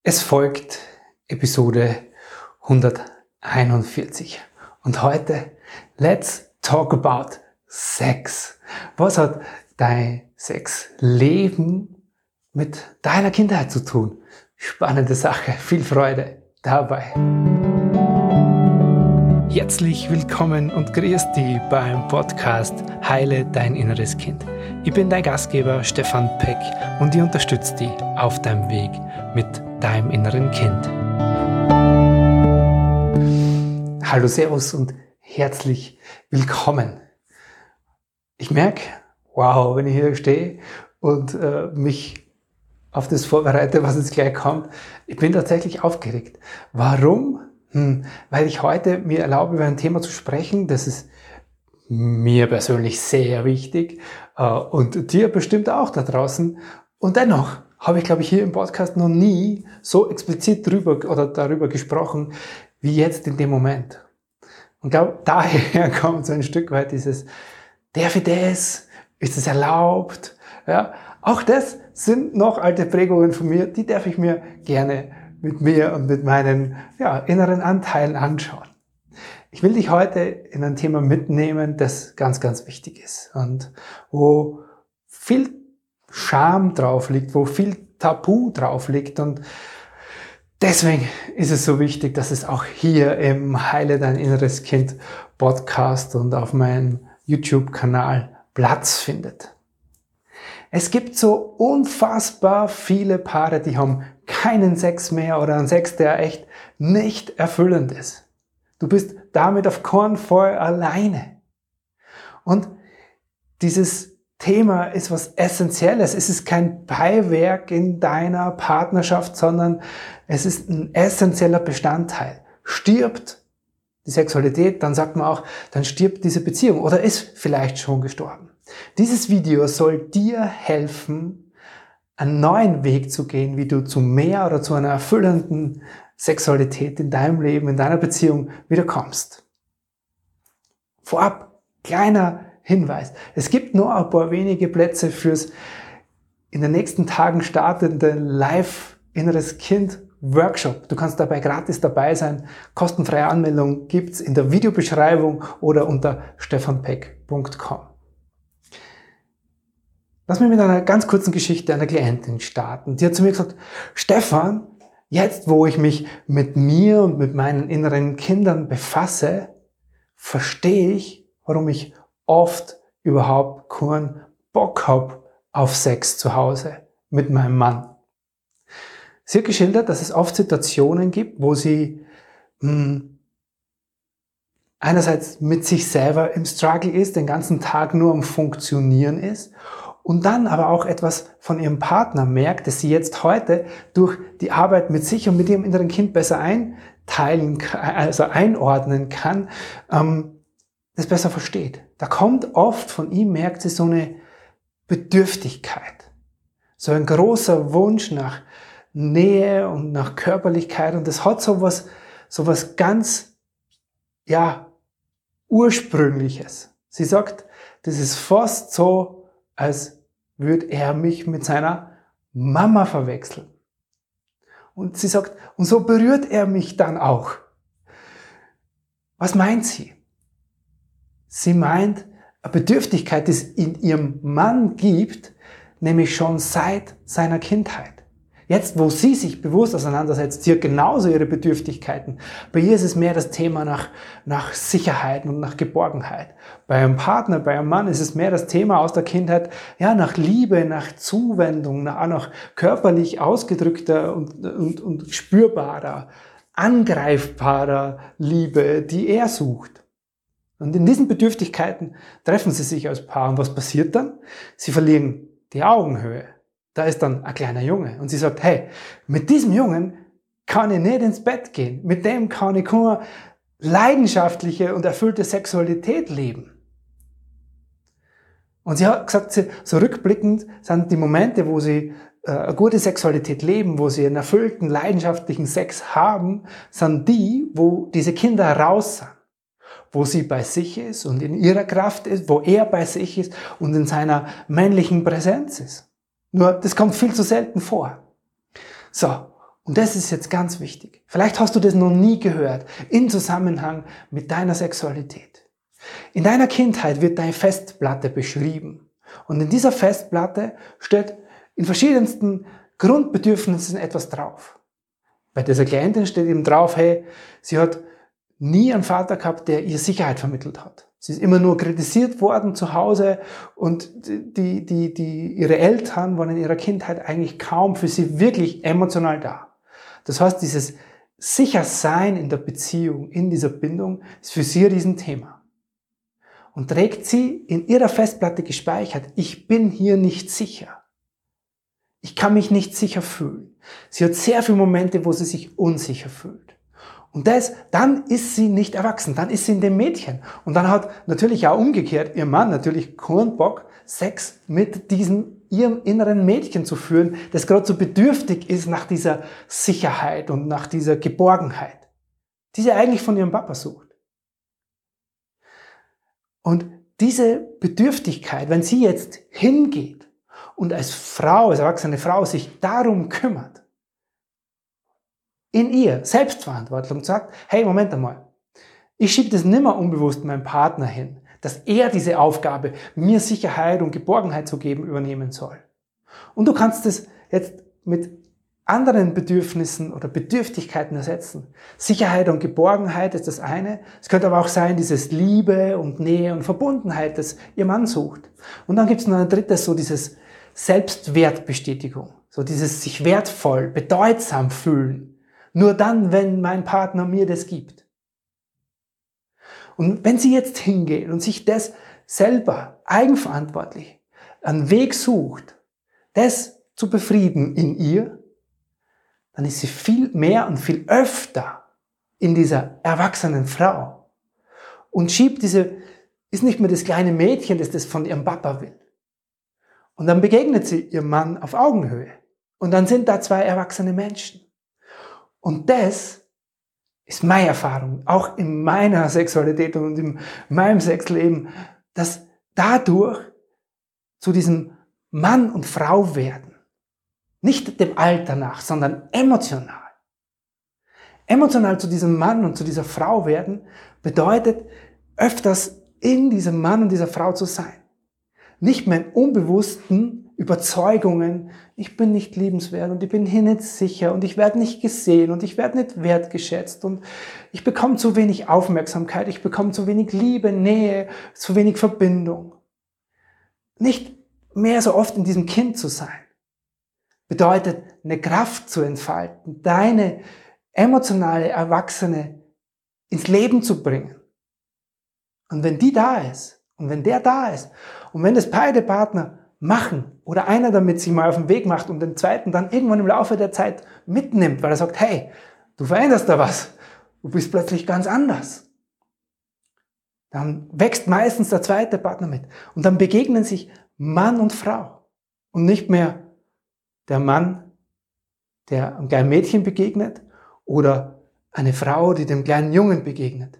Es folgt Episode 141 und heute let's talk about Sex. Was hat dein Sexleben mit deiner Kindheit zu tun? Spannende Sache, viel Freude dabei. Herzlich willkommen und grüß dich beim Podcast Heile dein inneres Kind. Ich bin dein Gastgeber Stefan Peck und ich unterstütze dich auf deinem Weg mit deinem inneren Kind. Hallo, Servus und herzlich willkommen. Ich merke, wow, wenn ich hier stehe und mich auf das vorbereite, was jetzt gleich kommt, ich bin tatsächlich aufgeregt. Warum? Weil ich heute mir erlaube, über ein Thema zu sprechen, das ist mir persönlich sehr wichtig und dir bestimmt auch da draußen. Und dennoch habe ich, glaube ich, hier im Podcast noch nie so explizit darüber gesprochen, wie jetzt in dem Moment. Und ich glaube, daher kommt so ein Stück weit dieses, darf ich das? Ist es erlaubt? Ja, auch das sind noch alte Prägungen von mir, die darf ich mir gerne mit mir und mit meinen inneren Anteilen anschauen. Ich will dich heute in ein Thema mitnehmen, das ganz, ganz wichtig ist und wo viel Scham drauf liegt, wo viel Tabu drauf liegt, und deswegen ist es so wichtig, dass es auch hier im Heile dein inneres Kind Podcast und auf meinem YouTube-Kanal Platz findet. Es gibt so unfassbar viele Paare, die haben keinen Sex mehr oder einen Sex, der echt nicht erfüllend ist. Du bist damit auf keinen Fall alleine. Und dieses Thema ist was Essentielles. Es ist kein Beiwerk in deiner Partnerschaft, sondern es ist ein essentieller Bestandteil. Stirbt die Sexualität, dann sagt man auch, dann stirbt diese Beziehung oder ist vielleicht schon gestorben. Dieses Video soll dir helfen, einen neuen Weg zu gehen, wie du zu mehr oder zu einer erfüllenden Sexualität in deinem Leben, in deiner Beziehung wieder kommst. Vorab, kleiner Hinweis. Es gibt nur ein paar wenige Plätze fürs in den nächsten Tagen startende Live Inneres Kind Workshop. Du kannst dabei gratis dabei sein. Kostenfreie Anmeldung gibt's in der Videobeschreibung oder unter stefanpeck.com. Lass mich mit einer ganz kurzen Geschichte einer Klientin starten. Die hat zu mir gesagt, Stefan, jetzt wo ich mich mit mir und mit meinen inneren Kindern befasse, verstehe ich, warum ich oft überhaupt keinen Bock habe auf Sex zu Hause mit meinem Mann. Sie hat geschildert, dass es oft Situationen gibt, wo sie einerseits mit sich selber im Struggle ist, den ganzen Tag nur am Funktionieren ist und dann aber auch etwas von ihrem Partner merkt, dass sie jetzt heute durch die Arbeit mit sich und mit ihrem inneren Kind besser einordnen kann, das besser versteht. Da kommt oft von ihm, merkt sie, so eine Bedürftigkeit, so ein großer Wunsch nach Nähe und nach Körperlichkeit, und das hat sowas ganz, Ursprüngliches. Sie sagt, das ist fast so, als würde er mich mit seiner Mama verwechseln. Und sie sagt, und so berührt er mich dann auch. Was meint sie? Sie meint eine Bedürftigkeit, die es in ihrem Mann gibt, nämlich schon seit seiner Kindheit. Jetzt, wo sie sich bewusst auseinandersetzt, sie hat genauso ihre Bedürftigkeiten. Bei ihr ist es mehr das Thema nach Sicherheit und nach Geborgenheit. Bei einem Partner, bei einem Mann ist es mehr das Thema aus der Kindheit, nach Liebe, nach Zuwendung, nach körperlich ausgedrückter und spürbarer, angreifbarer Liebe, die er sucht. Und in diesen Bedürftigkeiten treffen sie sich als Paar. Und was passiert dann? Sie verlieren die Augenhöhe. Da ist dann ein kleiner Junge und sie sagt, hey, mit diesem Jungen kann ich nicht ins Bett gehen. Mit dem kann ich keine leidenschaftliche und erfüllte Sexualität leben. Und sie hat gesagt, so rückblickend sind die Momente, wo sie eine gute Sexualität leben, wo sie einen erfüllten, leidenschaftlichen Sex haben, sind die, wo diese Kinder raus sind. Wo sie bei sich ist und in ihrer Kraft ist, wo er bei sich ist und in seiner männlichen Präsenz ist. Nur, das kommt viel zu selten vor. So, Und das ist jetzt ganz wichtig. Vielleicht hast du das noch nie gehört in Zusammenhang mit deiner Sexualität. In deiner Kindheit wird deine Festplatte beschrieben. Und in dieser Festplatte steht in verschiedensten Grundbedürfnissen etwas drauf. Bei dieser Klientin steht eben drauf, hey, sie hat nie einen Vater gehabt, der ihr Sicherheit vermittelt hat. Sie ist immer nur kritisiert worden zu Hause und ihre Eltern waren in ihrer Kindheit eigentlich kaum für sie wirklich emotional da. Das heißt, dieses Sichersein in der Beziehung, in dieser Bindung, ist für sie ein Riesenthema. Und trägt sie in ihrer Festplatte gespeichert, ich bin hier nicht sicher. Ich kann mich nicht sicher fühlen. Sie hat sehr viele Momente, wo sie sich unsicher fühlt. Und dann ist sie nicht erwachsen, dann ist sie in dem Mädchen. Und dann hat natürlich auch umgekehrt ihr Mann natürlich keinen Bock, Sex mit ihrem inneren Mädchen zu führen, das gerade so bedürftig ist nach dieser Sicherheit und nach dieser Geborgenheit, die sie eigentlich von ihrem Papa sucht. Und diese Bedürftigkeit, wenn sie jetzt hingeht und als Frau, als erwachsene Frau sich darum kümmert, in ihr Selbstverantwortung sagt, hey, Moment einmal, ich schiebe das nimmer unbewusst meinem Partner hin, dass er diese Aufgabe, mir Sicherheit und Geborgenheit zu geben, übernehmen soll. Und du kannst es jetzt mit anderen Bedürfnissen oder Bedürftigkeiten ersetzen. Sicherheit und Geborgenheit ist das eine. Es könnte aber auch sein, dieses Liebe und Nähe und Verbundenheit, das ihr Mann sucht. Und dann gibt es noch ein drittes, so dieses Selbstwertbestätigung. So dieses sich wertvoll, bedeutsam fühlen. Nur dann, wenn mein Partner mir das gibt. Und wenn sie jetzt hingeht und sich das selber eigenverantwortlich einen Weg sucht, das zu befrieden in ihr, dann ist sie viel mehr und viel öfter in dieser erwachsenen Frau und ist nicht mehr das kleine Mädchen, das von ihrem Papa will. Und dann begegnet sie ihrem Mann auf Augenhöhe. Und dann sind da zwei erwachsene Menschen. Und das ist meine Erfahrung, auch in meiner Sexualität und in meinem Sexleben, dass dadurch zu diesem Mann und Frau werden, nicht dem Alter nach, sondern emotional. Emotional zu diesem Mann und zu dieser Frau werden, bedeutet öfters in diesem Mann und dieser Frau zu sein. Nicht mehr in unbewussten Überzeugungen, ich bin nicht liebenswert und ich bin hier nicht sicher und ich werde nicht gesehen und ich werde nicht wertgeschätzt und ich bekomme zu wenig Aufmerksamkeit, ich bekomme zu wenig Liebe, Nähe, zu wenig Verbindung. Nicht mehr so oft in diesem Kind zu sein, bedeutet eine Kraft zu entfalten, deine emotionale Erwachsene ins Leben zu bringen. Und wenn die da ist und wenn der da ist und wenn das beide Partner machen oder einer damit sich mal auf den Weg macht und den zweiten dann irgendwann im Laufe der Zeit mitnimmt, weil er sagt, hey, du veränderst da was, du bist plötzlich ganz anders. Dann wächst meistens der zweite Partner mit und dann begegnen sich Mann und Frau und nicht mehr der Mann, der einem kleinen Mädchen begegnet oder eine Frau, die dem kleinen Jungen begegnet.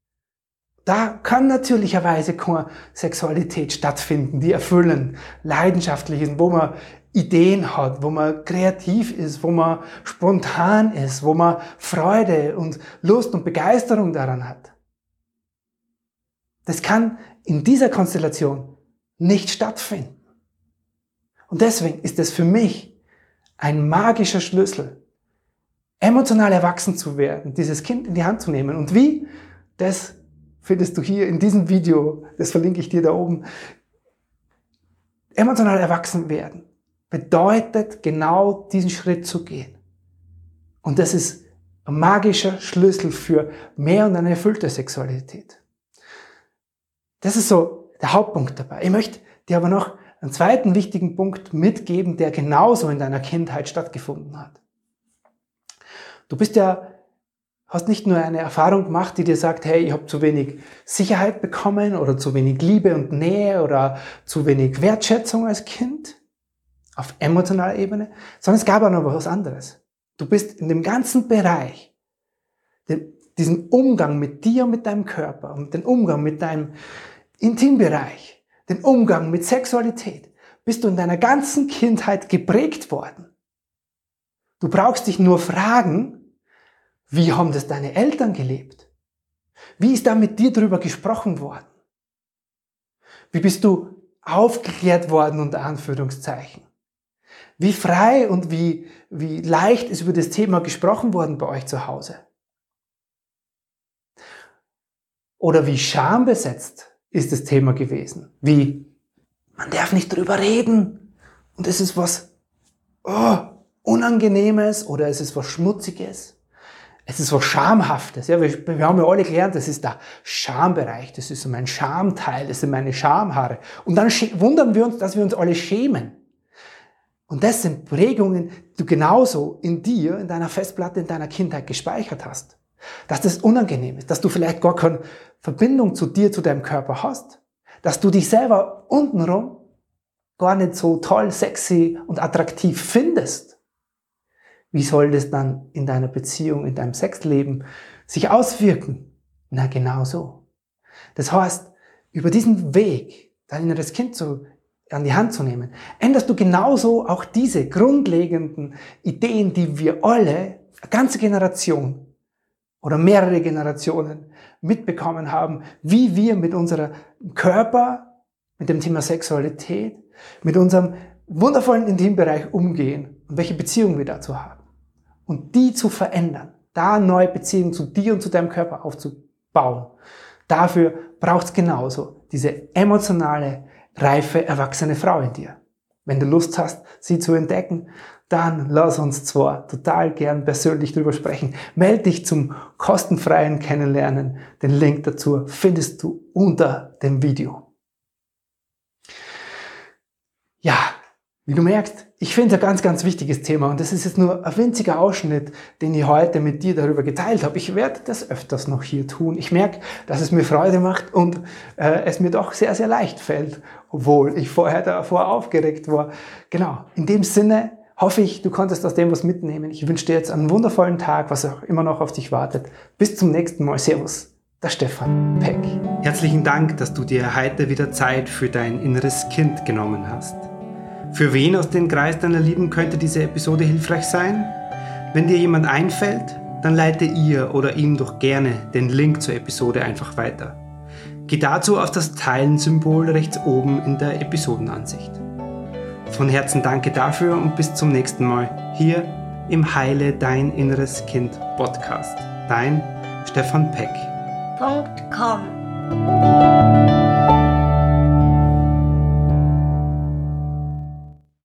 Da kann natürlicherweise keine Sexualität stattfinden, die erfüllend, leidenschaftlich ist, wo man Ideen hat, wo man kreativ ist, wo man spontan ist, wo man Freude und Lust und Begeisterung daran hat. Das kann in dieser Konstellation nicht stattfinden. Und deswegen ist es für mich ein magischer Schlüssel, emotional erwachsen zu werden, dieses Kind in die Hand zu nehmen. Und wie? Das findest du hier in diesem Video, das verlinke ich dir da oben. Emotional erwachsen werden bedeutet genau diesen Schritt zu gehen. Und das ist ein magischer Schlüssel für mehr und eine erfüllte Sexualität. Das ist so der Hauptpunkt dabei. Ich möchte dir aber noch einen zweiten wichtigen Punkt mitgeben, der genauso in deiner Kindheit stattgefunden hat. Du hast nicht nur eine Erfahrung gemacht, die dir sagt, hey, ich habe zu wenig Sicherheit bekommen oder zu wenig Liebe und Nähe oder zu wenig Wertschätzung als Kind auf emotionaler Ebene, sondern es gab auch noch was anderes. Du bist in dem ganzen Bereich, diesen Umgang mit dir und mit deinem Körper und den Umgang mit deinem Intimbereich, den Umgang mit Sexualität, bist du in deiner ganzen Kindheit geprägt worden Du brauchst dich nur fragen, wie haben das deine Eltern gelebt? Wie ist da mit dir darüber gesprochen worden? Wie bist du aufgeklärt worden, unter Anführungszeichen? Wie frei und wie leicht ist über das Thema gesprochen worden bei euch zu Hause? Oder wie schambesetzt ist das Thema gewesen? Wie, man darf nicht drüber reden und es ist was Unangenehmes oder es ist was Schmutziges. Es ist was Schamhaftes. Ja, wir haben ja alle gelernt, das ist der Schambereich, das ist so mein Schamteil, das sind meine Schamhaare. Und dann wundern wir uns, dass wir uns alle schämen. Und das sind Prägungen, die du genauso in dir, in deiner Festplatte, in deiner Kindheit gespeichert hast. Dass das unangenehm ist, dass du vielleicht gar keine Verbindung zu dir, zu deinem Körper hast. Dass du dich selber untenrum gar nicht so toll, sexy und attraktiv findest. Wie soll das dann in deiner Beziehung, in deinem Sexleben sich auswirken? Na, genau so. Das heißt, über diesen Weg, dein inneres Kind an die Hand zu nehmen, änderst du genauso auch diese grundlegenden Ideen, die wir alle, eine ganze Generation oder mehrere Generationen mitbekommen haben, wie wir mit unserem Körper, mit dem Thema Sexualität, mit unserem wundervollen Intimbereich umgehen und welche Beziehung wir dazu haben. Und die zu verändern, da eine neue Beziehung zu dir und zu deinem Körper aufzubauen. Dafür braucht es genauso diese emotionale, reife, erwachsene Frau in dir. Wenn du Lust hast, sie zu entdecken, dann lass uns zwar total gern persönlich drüber sprechen. Meld dich zum kostenfreien Kennenlernen. Den Link dazu findest du unter dem Video. Ja, wie du merkst, ich finde es ein ganz, ganz wichtiges Thema und das ist jetzt nur ein winziger Ausschnitt, den ich heute mit dir darüber geteilt habe. Ich werde das öfters noch hier tun. Ich merke, dass es mir Freude macht und es mir doch sehr, sehr leicht fällt, obwohl ich vorher davor aufgeregt war. Genau, in dem Sinne hoffe ich, du konntest aus dem was mitnehmen. Ich wünsche dir jetzt einen wundervollen Tag, was auch immer noch auf dich wartet. Bis zum nächsten Mal. Servus, der Stefan Peck. Herzlichen Dank, dass du dir heute wieder Zeit für dein inneres Kind genommen hast. Für wen aus dem Kreis deiner Lieben könnte diese Episode hilfreich sein? Wenn dir jemand einfällt, dann leite ihr oder ihm doch gerne den Link zur Episode einfach weiter. Geh dazu auf das Teilen-Symbol rechts oben in der Episodenansicht. Von Herzen danke dafür und bis zum nächsten Mal hier im Heile Dein Inneres Kind Podcast. Dein Stefan Peck. .com